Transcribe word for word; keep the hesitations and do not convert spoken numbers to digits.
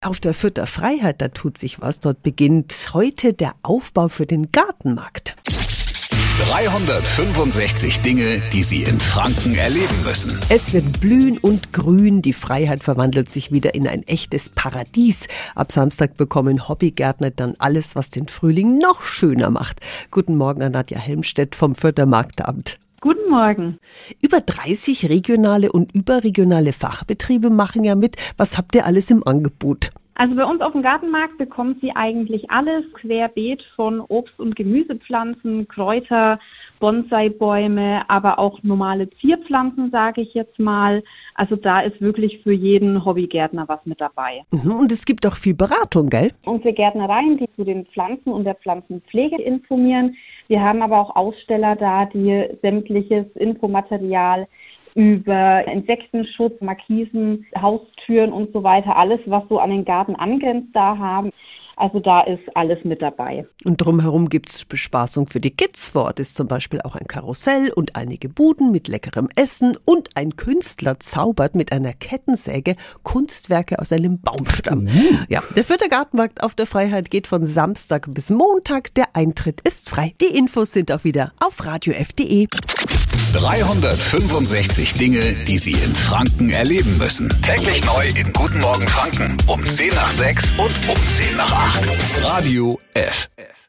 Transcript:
Auf der Fürther Freiheit, da tut sich was. Dort beginnt heute der Aufbau für den Gartenmarkt. dreihundertfünfundsechzig Dinge, die Sie in Franken erleben müssen. Es wird blühen und grün. Die Freiheit verwandelt sich wieder in ein echtes Paradies. Ab Samstag bekommen Hobbygärtner dann alles, was den Frühling noch schöner macht. Guten Morgen an Nadja Helmstedt vom Fürther Marktamt. Guten Morgen. Über dreißig regionale und überregionale Fachbetriebe machen ja mit. Was habt ihr alles im Angebot? Also bei uns auf dem Gartenmarkt bekommen Sie eigentlich alles querbeet von Obst- und Gemüsepflanzen, Kräuter, Bonsai-Bäume, aber auch normale Zierpflanzen, sage ich jetzt mal. Also da ist wirklich für jeden Hobbygärtner was mit dabei. Und es gibt auch viel Beratung, gell? Unsere Gärtnereien, die zu den Pflanzen und der Pflanzenpflege informieren. Wir haben aber auch Aussteller da, die sämtliches Infomaterial über Insektenschutz, Markisen, Haustüren und so weiter, alles, was so an den Garten angrenzt, da haben. Also da ist alles mit dabei. Und drumherum gibt es Bespaßung für die Kids. Vor Ort ist zum Beispiel auch ein Karussell und einige Buden mit leckerem Essen. Und ein Künstler zaubert mit einer Kettensäge Kunstwerke aus einem Baumstamm. Mhm. Ja, der Fürther Gartenmarkt auf der Freiheit geht von Samstag bis Montag. Der Eintritt ist frei. Die Infos sind auch wieder auf radio f punkt de. dreihundertfünfundsechzig Dinge, die Sie in Franken erleben müssen. Täglich neu in Guten Morgen Franken um zehn nach sechs und um zehn nach acht. Radio F.